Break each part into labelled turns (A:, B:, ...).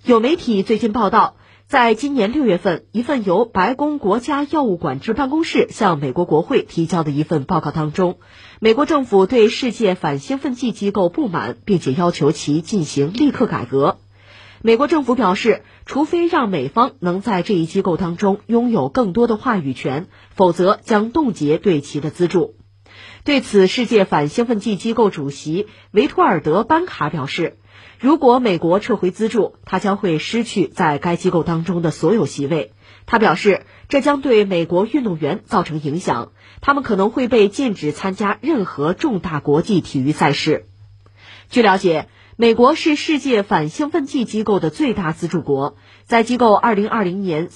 A: 有媒体最近报道，在今年6月份，一份由白宫国家药物管制办公室向美国国会提交的一份报告当中，美国政府对世界反兴奋剂机构不满，并且要求其进行立刻改革。美国政府表示，除非让美方能在这一机构当中拥有更多的话语权，否则将冻结对其的资助。对此，世界反兴奋剂机构主席维托尔德·班卡表示，如果美国撤回资助，他将会失去在该机构当中的所有席位。他表示，这将对美国运动员造成影响，他们可能会被禁止参加任何重大国际体育赛事。据了解，美国是世界反兴奋剂机构的最大资助国，在机构2020年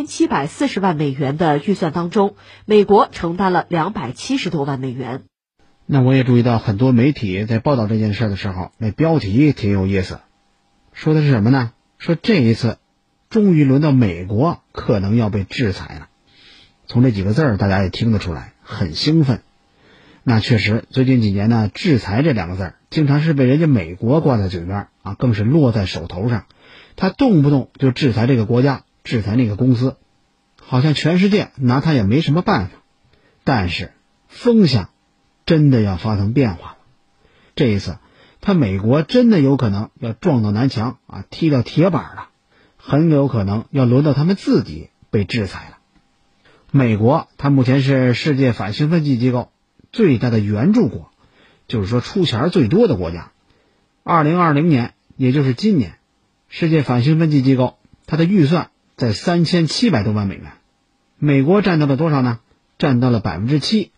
A: 3740万美元的预算当中，美国承担了270多万美元。
B: 那我也注意到很多媒体在报道这件事的时候，那标题挺有意思，说的是什么呢？说这一次终于轮到美国可能要被制裁了。从这几个字儿大家也听得出来，很兴奋。那确实最近几年呢，制裁这两个字儿经常是被人家美国挂在嘴边啊，更是落在手头上。他动不动就制裁这个国家，制裁那个公司，好像全世界拿他也没什么办法。但是风向真的要发生变化了。这一次他美国真的有可能要撞到南墙啊，踢到铁板了，很有可能要轮到他们自己被制裁了。美国它目前是世界反兴奋剂机构最大的援助国，就是说出钱最多的国家。2020年，也就是今年，世界反兴奋剂机构它的预算在3700多万美元，美国占到了多少呢？占到了7%，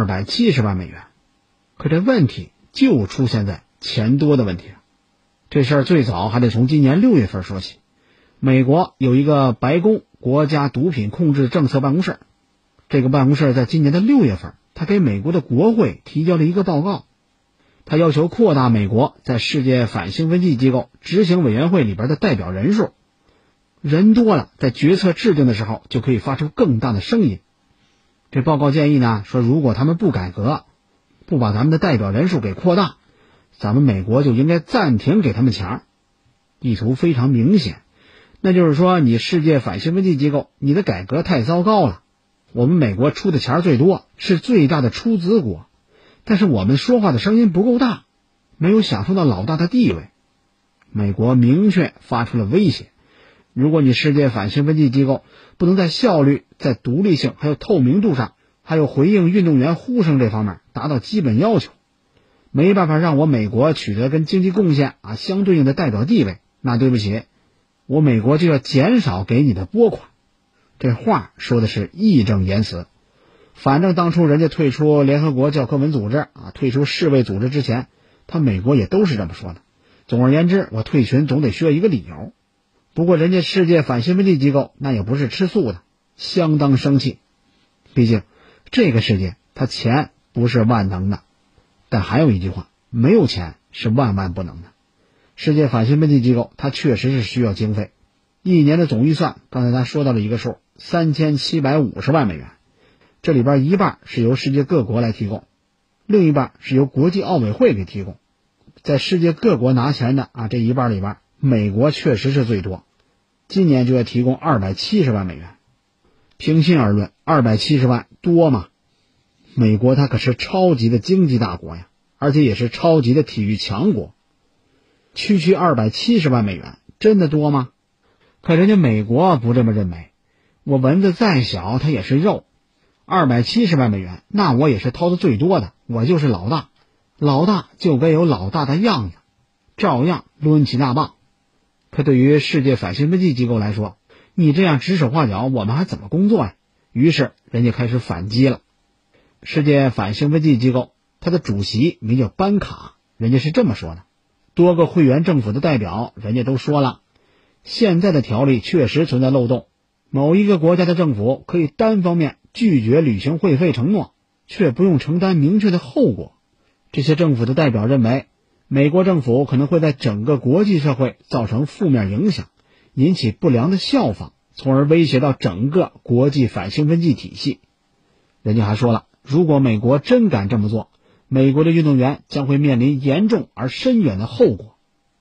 B: 270万美元。可这问题就出现在钱多的问题上。这事儿最早还得从今年6月份说起。美国有一个白宫国家毒品控制政策办公室，这个办公室在今年的6月份，他给美国的国会提交了一个报告，他要求扩大美国在世界反兴奋剂机构执行委员会里边的代表人数，人多了，在决策制定的时候就可以发出更大的声音。这报告建议呢，说如果他们不改革，不把咱们的代表人数给扩大，咱们美国就应该暂停给他们钱。意图非常明显，那就是说你世界反兴奋剂机构，你的改革太糟糕了。我们美国出的钱最多，是最大的出资国，但是我们说话的声音不够大，没有享受到老大的地位。美国明确发出了威胁，如果你世界反兴奋剂机构不能在效率、在独立性还有透明度上，还有回应运动员呼声这方面达到基本要求，没办法让我美国取得跟经济贡献相对应的代表地位，那对不起，我美国就要减少给你的拨款。这话说的是义正言辞。反正当初人家退出联合国教科文组织退出世卫组织之前，他美国也都是这么说的。总而言之，我退群总得需要一个理由。不过人家世界反兴奋剂机构那也不是吃素的，相当生气。毕竟这个世界它钱不是万能的，但还有一句话，没有钱是万万不能的。世界反兴奋剂机构它确实是需要经费，一年的总预算刚才咱说到了一个数，3750万美元，这里边一半是由世界各国来提供，另一半是由国际奥委会给提供。在世界各国拿钱的这一半里边，美国确实是最多，今年就要提供270万美元。平心而论，270万多吗？美国它可是超级的经济大国呀，而且也是超级的体育强国，区270万美元真的多吗？可人家美国不这么认为，我蚊子再小它也是肉，270万美元那我也是掏的最多的，我就是老大，老大就该有老大的样子，照样抡起大棒。可对于世界反兴奋剂机构来说，你这样指手画脚，我们还怎么工作呀？于是人家开始反击了。世界反兴奋剂机构它的主席名叫班卡，人家是这么说的，多个会员政府的代表人家都说了，现在的条例确实存在漏洞，某一个国家的政府可以单方面拒绝履行会费承诺，却不用承担明确的后果。这些政府的代表认为，美国政府可能会在整个国际社会造成负面影响，引起不良的效仿，从而威胁到整个国际反兴奋剂体系。人家还说了，如果美国真敢这么做，美国的运动员将会面临严重而深远的后果。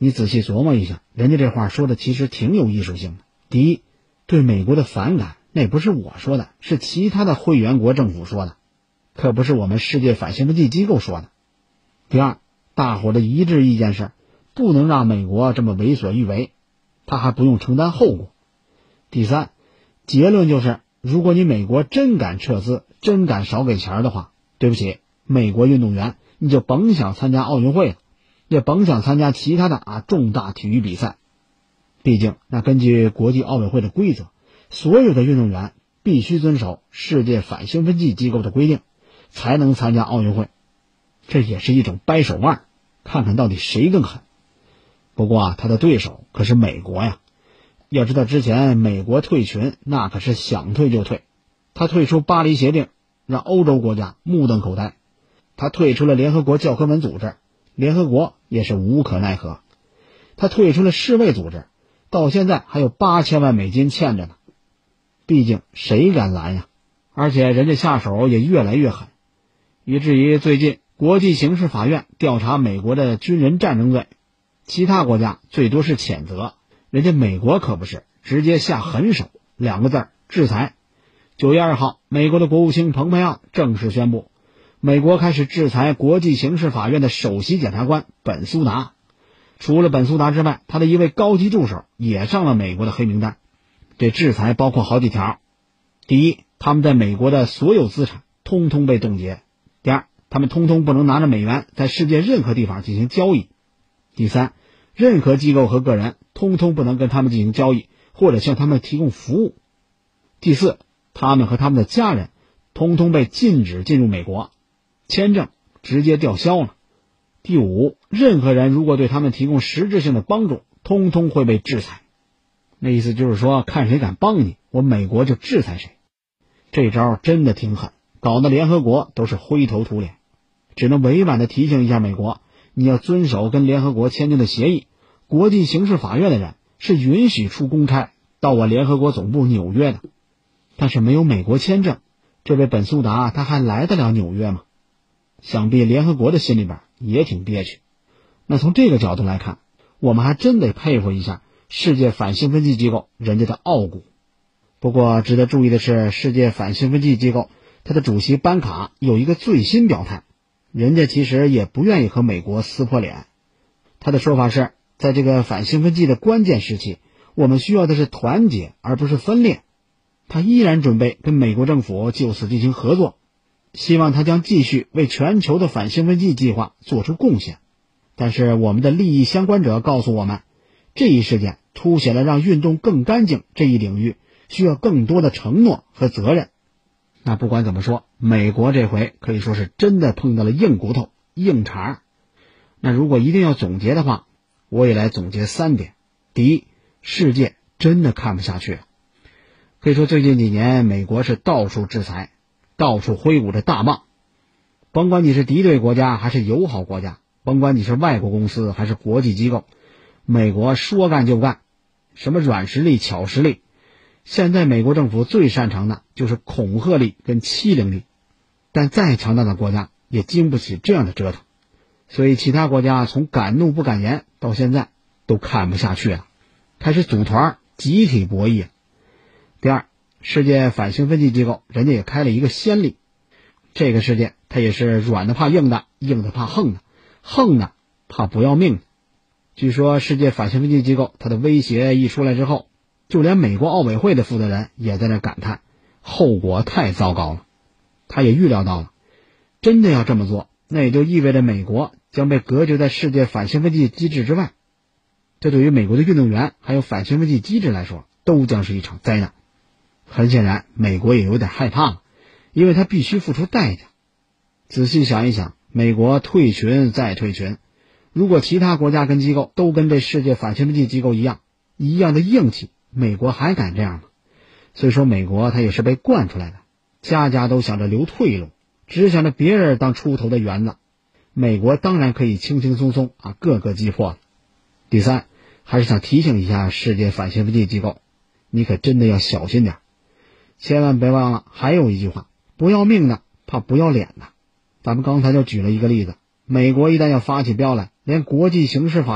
B: 你仔细琢磨一下，人家这话说的其实挺有艺术性的。第一，对美国的反感，那不是我说的，是其他的会员国政府说的，可不是我们世界反兴奋剂机构说的。第二，大伙的一致意见是，不能让美国这么为所欲为，他还不用承担后果。第三，结论就是，如果你美国真敢撤资，真敢少给钱的话，对不起，美国运动员你就甭想参加奥运会了，也甭想参加其他的重大体育比赛。毕竟那根据国际奥委会的规则，所有的运动员必须遵守世界反兴奋剂机构的规定，才能参加奥运会。这也是一种掰手腕，看看到底谁更狠。不过他的对手可是美国呀。要知道之前美国退群那可是想退就退，他退出巴黎协定，让欧洲国家目瞪口呆；他退出了联合国教科文组织，联合国也是无可奈何；他退出了世卫组织，到现在还有8000万美金欠着呢。毕竟谁敢拦呀？而且人家下手也越来越狠，以至于最近国际刑事法院调查美国的军人战争罪，其他国家最多是谴责，人家美国可不是，直接下狠手，2个字：制裁。9月2号，美国的国务卿蓬佩奥正式宣布，美国开始制裁国际刑事法院的首席检察官本苏达。除了本苏达之外，他的一位高级助手也上了美国的黑名单。这制裁包括好几条：第一，他们在美国的所有资产通通被冻结；第二，他们通通不能拿着美元在世界任何地方进行交易；第三，任何机构和个人通通不能跟他们进行交易或者向他们提供服务；第四，他们和他们的家人通通被禁止进入美国，签证直接吊销了；第五，任何人如果对他们提供实质性的帮助，通通会被制裁。那意思就是说，看谁敢帮你，我美国就制裁谁。这招真的挺狠，搞得联合国都是灰头土脸。只能委婉地提醒一下美国，你要遵守跟联合国签订的协议，国际刑事法院的人是允许出公差到我联合国总部纽约的。但是没有美国签证，这位本苏达他还来得了纽约吗？想必联合国的心里边也挺憋屈。那从这个角度来看，我们还真得佩服一下世界反兴奋剂机构人家的傲骨。不过值得注意的是，世界反兴奋剂机构他的主席班卡有一个最新表态，人家其实也不愿意和美国撕破脸。他的说法是，在这个反兴奋剂的关键时期，我们需要的是团结而不是分裂。他依然准备跟美国政府就此进行合作，希望他将继续为全球的反兴奋剂计划做出贡献。但是我们的利益相关者告诉我们，这一事件凸显了让运动更干净这一领域需要更多的承诺和责任。那不管怎么说，美国这回可以说是真的碰到了硬骨头硬茬。那如果一定要总结的话，我也来总结3点。第一，世界真的看不下去了。可以说最近几年美国是到处制裁，到处挥舞着大棒，甭管你是敌对国家还是友好国家，甭管你是外国公司还是国际机构，美国说干就干，什么软实力巧实力，现在美国政府最擅长的就是恐吓力跟欺凌力，但再强大的国家也经不起这样的折腾，所以其他国家从敢怒不敢言到现在都看不下去了，开始组团集体博弈。第二，世界反兴奋剂机构人家也开了一个先例，这个世界它也是软的怕硬的，硬的怕横的，横的怕不要命的。据说世界反兴奋剂机构它的威胁一出来之后，就连美国奥委会的负责人也在那感叹，后果太糟糕了。他也预料到了，真的要这么做，那也就意味着美国将被隔绝在世界反兴奋剂机制之外，这对于美国的运动员还有反兴奋剂机制来说都将是一场灾难。很显然美国也有点害怕了，因为他必须付出代价。仔细想一想，美国退群再退群，如果其他国家跟机构都跟这世界反兴奋剂机构一样的硬气，美国还敢这样吗？所以说美国他也是被惯出来的，家家都想着留退路，只想着别人当出头的园子。美国当然可以轻轻松松各个击破了。第三，还是想提醒一下世界反兴奋剂机构，你可真的要小心点，千万别忘了还有一句话，不要命的怕不要脸的。咱们刚才就举了一个例子，美国一旦要发起飙来，连国际刑事法院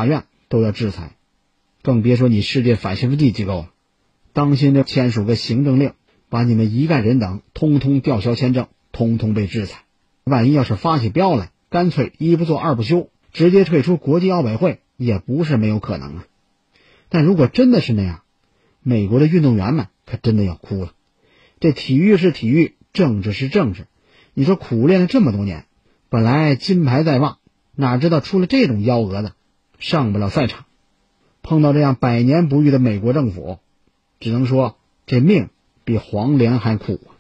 B: 都要制裁，更别说你世界反兴奋剂机构了。当心这签署个行政令，把你们一干人等通通吊销签证，通通被制裁。万一要是发起飙来，干脆一不做二不休，直接退出国际奥委会也不是没有可能啊。但如果真的是那样，美国的运动员们可真的要哭了。这体育是体育，政治是政治，你说苦练了这么多年，本来金牌在望，哪知道出了这种幺蛾子，上不了赛场。碰到这样百年不遇的美国政府，只能说这命比黄连还苦啊。